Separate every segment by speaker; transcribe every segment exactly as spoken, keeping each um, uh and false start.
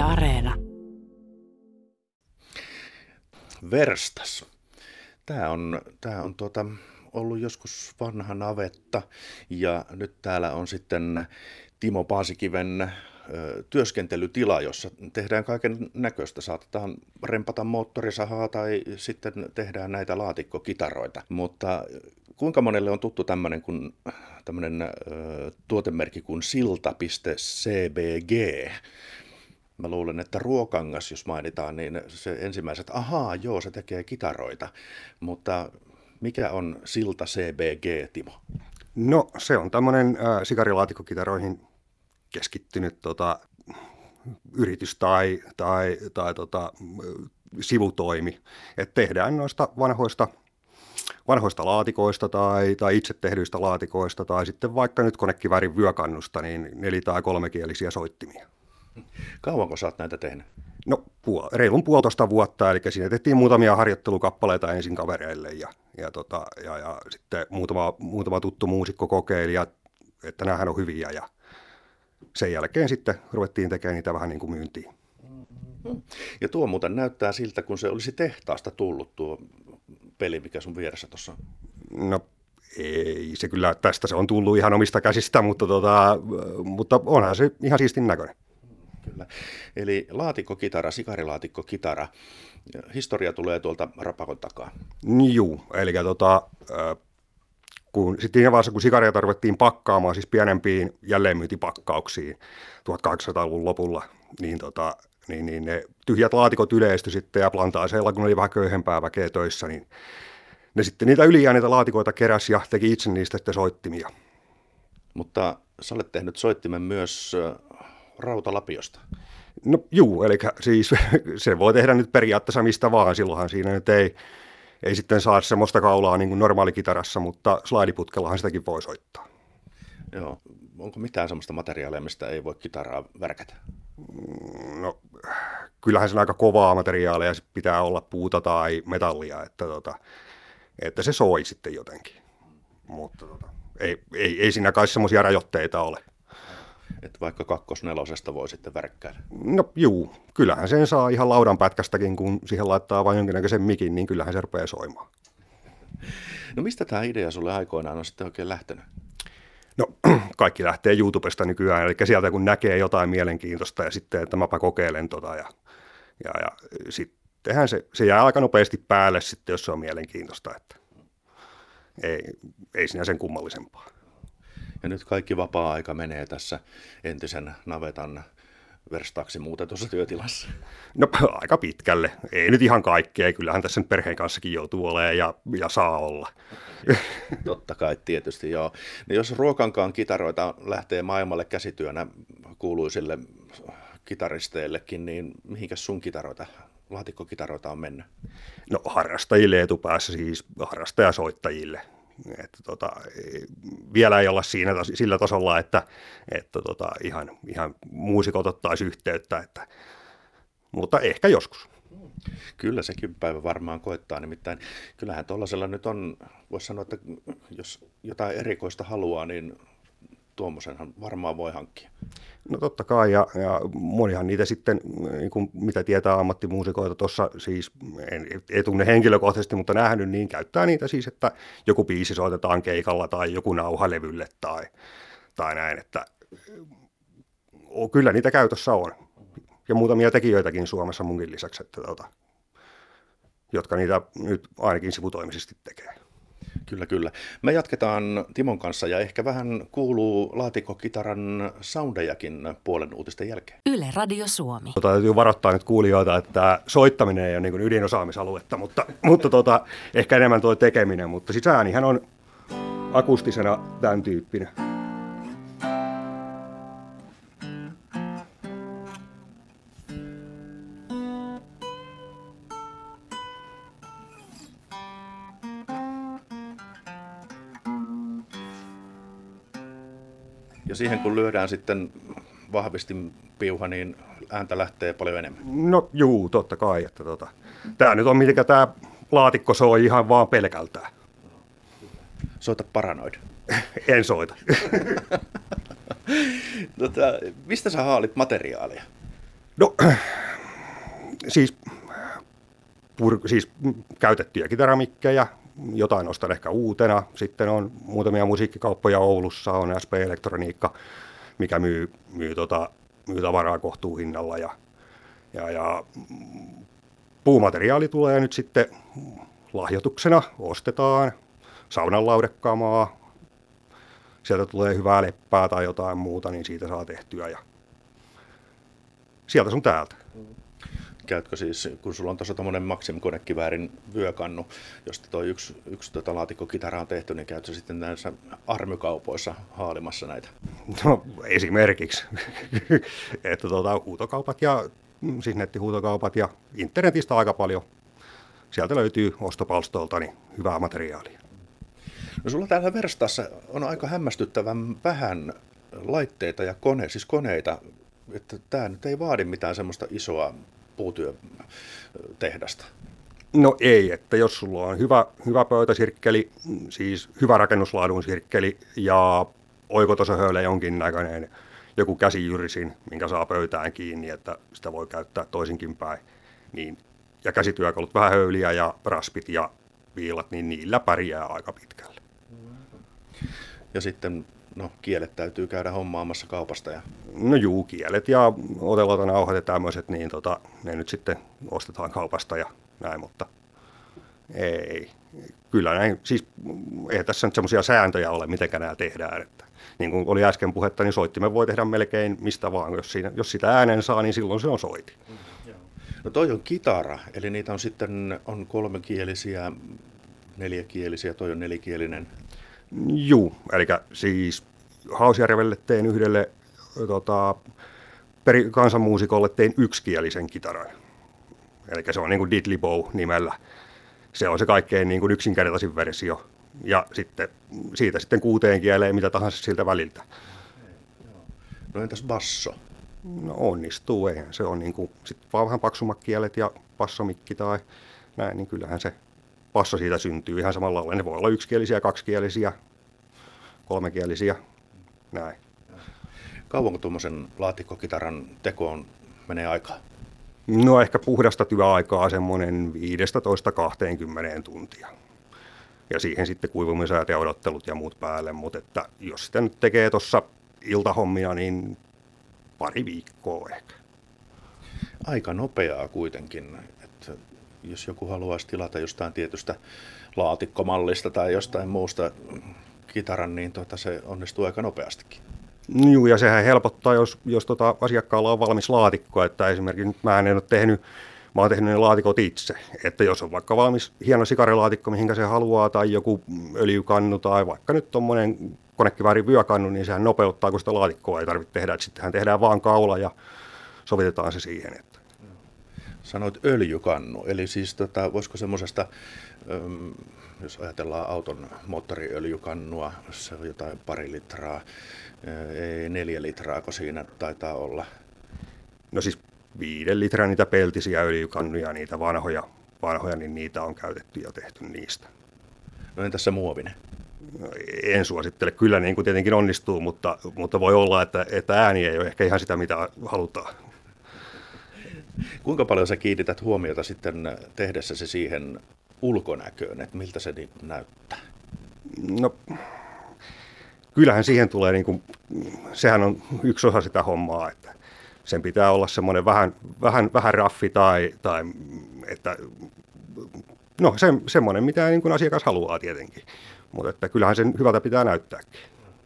Speaker 1: Areena.
Speaker 2: Verstas. Tämä on, tämä on tuota, ollut joskus vanha navetta ja nyt täällä on sitten Timo Paasikiven ö, työskentelytila, jossa tehdään kaiken näköistä. Saatetaan rempata moottorisahaa tai sitten tehdään näitä laatikkokitaroita. Mutta kuinka monelle on tuttu tämmöinen, kun, tämmöinen ö, tuotemerkki kuin silta piste c b g? Mä luulen, että Ruokangas, jos mainitaan, niin se ensimmäiset, ahaa, joo, se tekee kitaroita. Mutta mikä on Silta C B G, Timo?
Speaker 3: No, se on tämmöinen äh, sikarilaatikokitaroihin keskittynyt tota, yritys tai, tai, tai tota, sivutoimi. Et tehdään noista vanhoista, vanhoista laatikoista tai, tai itse tehdyistä laatikoista tai sitten vaikka nyt konekiväärin vyökannusta, niin neli- tai kolmekielisiä soittimia.
Speaker 2: Kauanko sä oot näitä tehnyt?
Speaker 3: No puol- reilun puolitoista vuotta, eli siinä tehtiin muutamia harjoittelukappaleita ensin kavereille ja, ja, tota, ja, ja sitten muutama, muutama tuttu muusikko kokeili, ja, että näähän on hyviä, ja sen jälkeen sitten ruvettiin tekemään niitä vähän niin kuin myyntiin.
Speaker 2: Ja tuo muuten näyttää siltä, kun se olisi tehtaasta tullut tuo peli, mikä sun vieressä tuossa.
Speaker 3: No ei se kyllä, tästä se on tullut ihan omista käsistä, mutta, tota, mutta onhan se ihan siistin näköinen.
Speaker 2: Kyllä. Eli laatikkokitara, sikarilaatikko-kitara. Historia tulee tuolta rapakon takaa.
Speaker 3: Juu, eli tota, kun sitten siinä vaiheessa, kun sikaria tarvittiin pakkaamaan siis pienempiin jälleenmyyntipakkauksiin tuhatkahdeksansataaluvun lopulla, niin, tota, niin, niin ne tyhjät laatikot yleistyi sitten ja plantaaseilla, kun oli vähän köyhempää väkeä töissä, niin ne sitten niitä ylijääneitä laatikoita keräsi ja teki itse niistä sitten soittimia.
Speaker 2: Mutta sä olet tehnyt soittimen myös rautalapiosta.
Speaker 3: No juu, eli siis se voi tehdä nyt periaatteessa mistä vaan, silloinhan siinä nyt ei, ei sitten saa semmoista kaulaa niin kuin normaalikitarassa, mutta slaidiputkellahan sitäkin voi soittaa.
Speaker 2: Joo. Onko mitään semmoista materiaalia, mistä ei voi kitaraa värkätä?
Speaker 3: No kyllähän se on aika kovaa materiaalia, se pitää olla puuta tai metallia, että, tota, että se soi sitten jotenkin, mutta tota, ei, ei, ei siinä kai semmoisia rajoitteita ole.
Speaker 2: Että vaikka kakkosnelosesta voi sitten värkkäillä.
Speaker 3: No juu, kyllähän sen saa ihan laudan pätkästäkin, kun siihen laittaa vain jonkinnäköisen mikin, niin kyllähän se rupeaa soimaan.
Speaker 2: No mistä tämä idea sulle aikoinaan on sitten oikein lähtenyt?
Speaker 3: No kaikki lähtee YouTubesta nykyään, eli sieltä kun näkee jotain mielenkiintoista ja sitten, että mäpä kokeilen tota ja, ja, ja sittenhän se, se jää aika nopeasti päälle sitten, jos se on mielenkiintoista, että ei, ei siinä sen kummallisempaa.
Speaker 2: Ja nyt kaikki vapaa-aika menee tässä entisen navetan verstaaksi muutetussa työtilassa.
Speaker 3: No aika pitkälle. Ei nyt ihan kaikkea. Kyllähän tässä nyt perheen kanssakin joutuu olemaan ja, ja saa olla.
Speaker 2: Totta kai tietysti joo. No jos Ruokankaan kitaroita lähtee maailmalle käsityönä kuuluisille kitaristeillekin, niin mihinkäs sun kitaroita, laatikkokitaroita on mennyt?
Speaker 3: No harrastajille etupäässä, siis harrastajasoittajille. Että tota, vielä ei olla siinä sillä tasolla, että, että tota, ihan, ihan muusikot ottaisi yhteyttä, että, mutta ehkä joskus.
Speaker 2: Kyllä sekin päivä varmaan koettaa, nimittäin kyllähän tuollaisella nyt on, voisi sanoa, että jos jotain erikoista haluaa, niin tuommoisenhan varmaan voi hankkia.
Speaker 3: No totta kai, ja, ja monihan niitä sitten, niin kuin mitä tietää ammattimuusikoita tuossa, siis en, ei tunne henkilökohtaisesti, mutta nähnyt, niin käyttää niitä siis, että joku biisi soitetaan keikalla tai joku nauha levylle tai, tai näin, että kyllä niitä käytössä on. Ja muutamia tekijöitäkin Suomessa munkin lisäksi, että, tota, jotka niitä nyt ainakin sivutoimisesti tekee.
Speaker 2: Kyllä, kyllä. Me jatketaan Timon kanssa ja ehkä vähän kuuluu laatikkokitaran soundejakin puolen uutisten jälkeen.
Speaker 1: Yle Radio Suomi.
Speaker 3: Tota, täytyy varoittaa nyt kuulijoita, että soittaminen ei ole niin kuin ydinosaamisaluetta, mutta, mutta tota, ehkä enemmän tuo tekeminen. Mutta siis äänihän on akustisena tämän tyyppinen.
Speaker 2: Ja siihen kun lyödään sitten vahvistin piuha, niin ääntä lähtee paljon enemmän.
Speaker 3: No juu, totta kai. Että tota, tää nyt on mitenkä tää laatikko soi ihan vaan pelkältään.
Speaker 2: Soita Paranoid.
Speaker 3: En soita.
Speaker 2: tota, mistä sä haalit materiaalia?
Speaker 3: No siis, pur, siis käytettyjä kitaramikkejä, jotain ostan ehkä uutena. Sitten on muutamia musiikkikauppoja Oulussa, on S P Elektroniikka, mikä myy, myy, tota, myy tavaraa kohtuuhinnalla. Ja, ja, ja puumateriaali tulee nyt sitten lahjoituksena, ostetaan saunan laudekamaa, sieltä tulee hyvää leppää tai jotain muuta, niin siitä saa tehtyä ja sieltä sun täältä.
Speaker 2: Käytkö siis, kun sulla on tuossa tuommoinen Maxim-konekiväärin vyökannu, josta tuo yksi, yksi tota laatikkokitara on tehty, niin käytkö sitten näissä armykaupoissa haalimassa näitä?
Speaker 3: No esimerkiksi, että tuota, huutokaupat ja siis nettihuutokaupat ja internetistä aika paljon. Sieltä löytyy ostopalstolta niin hyvää materiaalia.
Speaker 2: No sulla täällä verstaassa on aika hämmästyttävän vähän laitteita ja kone, siis koneita, että tämä nyt ei vaadi mitään semmoista isoa puutyötehdasta.
Speaker 3: No ei, että jos sulla on hyvä, hyvä pöytäsirkkeli, siis hyvä rakennuslaadun sirkkeli ja oikotasahöyle jonkinnäköinen joku käsijyrisin, minkä saa pöytään kiinni, että sitä voi käyttää toisinkin päin, niin, ja käsityökalut, vähän höyliä ja raspit ja viilat, niin niillä pärjää aika pitkälle.
Speaker 2: Ja sitten no, kielet täytyy käydä hommaamassa kaupasta. Ja...
Speaker 3: No juu, kielet ja otelotanauhat ja tämmöiset, niin tota, ne nyt sitten ostetaan kaupasta ja näin, mutta ei. Kyllä näin, siis ei tässä nyt semmoisia sääntöjä ole, miten nämä tehdään. Että, niin kuin oli äsken puhetta, niin soittimen voi tehdä melkein mistä vaan. Jos, siinä, jos sitä äänen saa, niin silloin se on soiti.
Speaker 2: No toi on kitara, eli niitä on sitten on kolmekielisiä, neljäkielisiä, toi on nelikielinen.
Speaker 3: Juu, eli siis Hausjärvelle tein yhdelle tota, peri, kansanmuusikolle tein yksikielisen kitaran. Eli se on niin kuin Diddley Bow nimellä. Se on se kaikkein niin kuin yksinkertaisin versio. Ja sitten, siitä sitten kuuteen kieleen mitä tahansa siltä väliltä.
Speaker 2: No entäs basso?
Speaker 3: No onnistuu, eihän se on niin kuin, sit vaan vähän paksummat kielet ja bassomikki tai näin, niin kyllähän se basso siitä syntyy ihan samalla lailla. Ne voi olla yksikielisiä, kaksikielisiä, kolmekielisiä, näin.
Speaker 2: Kauanko tuommoisen laatikkokitaran tekoon menee aikaa?
Speaker 3: No ehkä puhdasta työaikaa semmoinen viisitoista kaksikymmentä tuntia. Ja siihen sitten kuivumisajat ja odottelut ja muut päälle, mutta että jos sitä nyt tekee tuossa iltahommina, niin pari viikkoa ehkä.
Speaker 2: Aika nopeaa kuitenkin, että jos joku haluaisi tilata jostain tietystä laatikkomallista tai jostain muusta kitaran, niin tuota, se onnistuu aika nopeastikin.
Speaker 3: Joo, ja sehän helpottaa, jos, jos tota asiakkaalla on valmis laatikko, että esimerkiksi mä en ole tehnyt, mä oon tehnyt ne laatikot itse, että jos on vaikka valmis hieno sikarilaatikko, mihinkä se haluaa, tai joku öljykannu, tai vaikka nyt tommonen konekiväärin vyökannu, niin sehän nopeuttaa, kun sitä laatikkoa ei tarvitse tehdä, että sittenhän tehdään vaan kaula ja sovitetaan se siihen. Että.
Speaker 2: Sanoit öljykannu, eli siis tota, voisiko semmoisesta, jos ajatellaan auton moottoriöljykannua, se on jotain pari litraa, ei neljä litraa, kun siinä taitaa olla?
Speaker 3: No siis viiden litraa niitä peltisiä öljykannuja, niitä vanhoja, vanhoja, niin niitä on käytetty ja tehty niistä.
Speaker 2: No entäs se muovinen?
Speaker 3: No, en suosittele. Kyllä niin kuin tietenkin onnistuu, mutta, mutta voi olla, että, että ääni ei ole ehkä ihan sitä, mitä halutaan.
Speaker 2: Kuinka paljon sä kiinnität huomiota sitten tehdessäsi siihen ulkonäköön, että miltä se niin näyttää?
Speaker 3: No, kyllähän siihen tulee, niin kuin, sehän on yksi osa sitä hommaa, että sen pitää olla semmoinen vähän, vähän, vähän raffi tai, tai että, no se, semmoinen, mitä niin kuin asiakas haluaa tietenkin, mutta että kyllähän sen hyvältä pitää näyttääkin.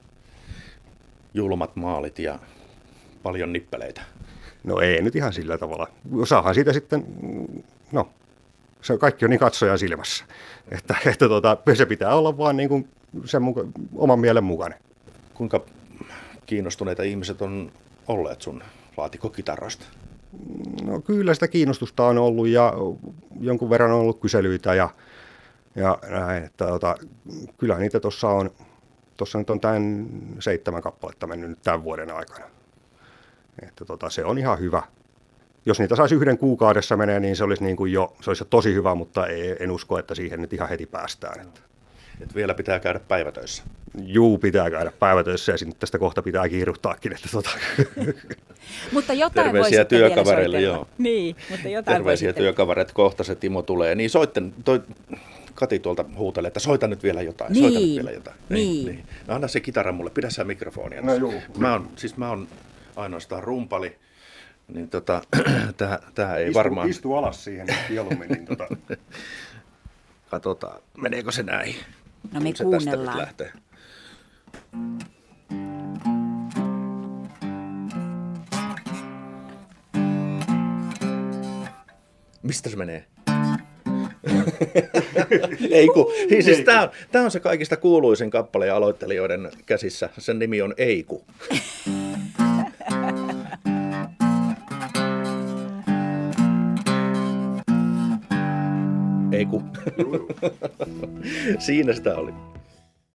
Speaker 2: Julmat maalit ja paljon nippeleitä.
Speaker 3: No ei nyt ihan sillä tavalla. Saahan siitä sitten, no se kaikki on niin katsojan silmässä, että, että tuota, se pitää olla vaan niin kuin sen muka, oman mielen mukainen.
Speaker 2: Kuinka kiinnostuneita ihmiset on olleet sun laatikkokitaroista?
Speaker 3: No kyllä sitä kiinnostusta on ollut ja jonkun verran on ollut kyselyitä ja, ja näin, että tuota, kyllä niitä tuossa on, tuossa nyt on tämän seitsemän kappaletta mennyt nyt tämän vuoden aikana. Että tota, se on ihan hyvä. Jos niitä saisi yhden kuukaudessa menee, niin se olisi, niin kuin jo, se olisi jo tosi hyvä, mutta ei, en usko, että siihen nyt ihan heti päästään. Että.
Speaker 2: Et vielä pitää käydä päivätöissä.
Speaker 3: Juu, pitää käydä päivätöissä ja sinne tästä kohta pitää kiiruhtaakin. Että tota.
Speaker 1: Mutta jotain
Speaker 2: Terveisiä työkavereille, joo.
Speaker 1: Niin, mutta jotain
Speaker 2: Terveisiä työkavereille, kohta se Timo tulee. Niin soitten, toi Kati tuolta huutelee, että soita nyt vielä jotain,
Speaker 1: niin.
Speaker 2: soita nyt vielä jotain.
Speaker 1: Niin.
Speaker 2: niin. No anna se kitara mulle, pidä sä mikrofonia.
Speaker 3: No juu.
Speaker 2: Mä oon, siis mä oon ainoastaan rumpali, niin tota, tää, tää ei
Speaker 3: istu,
Speaker 2: varmaan...
Speaker 3: Istu alas siihen mieluummin. Niin tota...
Speaker 2: Katsotaan, meneekö se näin?
Speaker 1: No me
Speaker 2: se
Speaker 1: kuunnellaan.
Speaker 2: tästä nyt lähtee. Mistä se menee? Ei ku. Siis tää on, tää on se kaikista kuuluisin kappale ja aloittelijoiden käsissä. Sen nimi on Eiku. Eiku. Siinä sitä oli.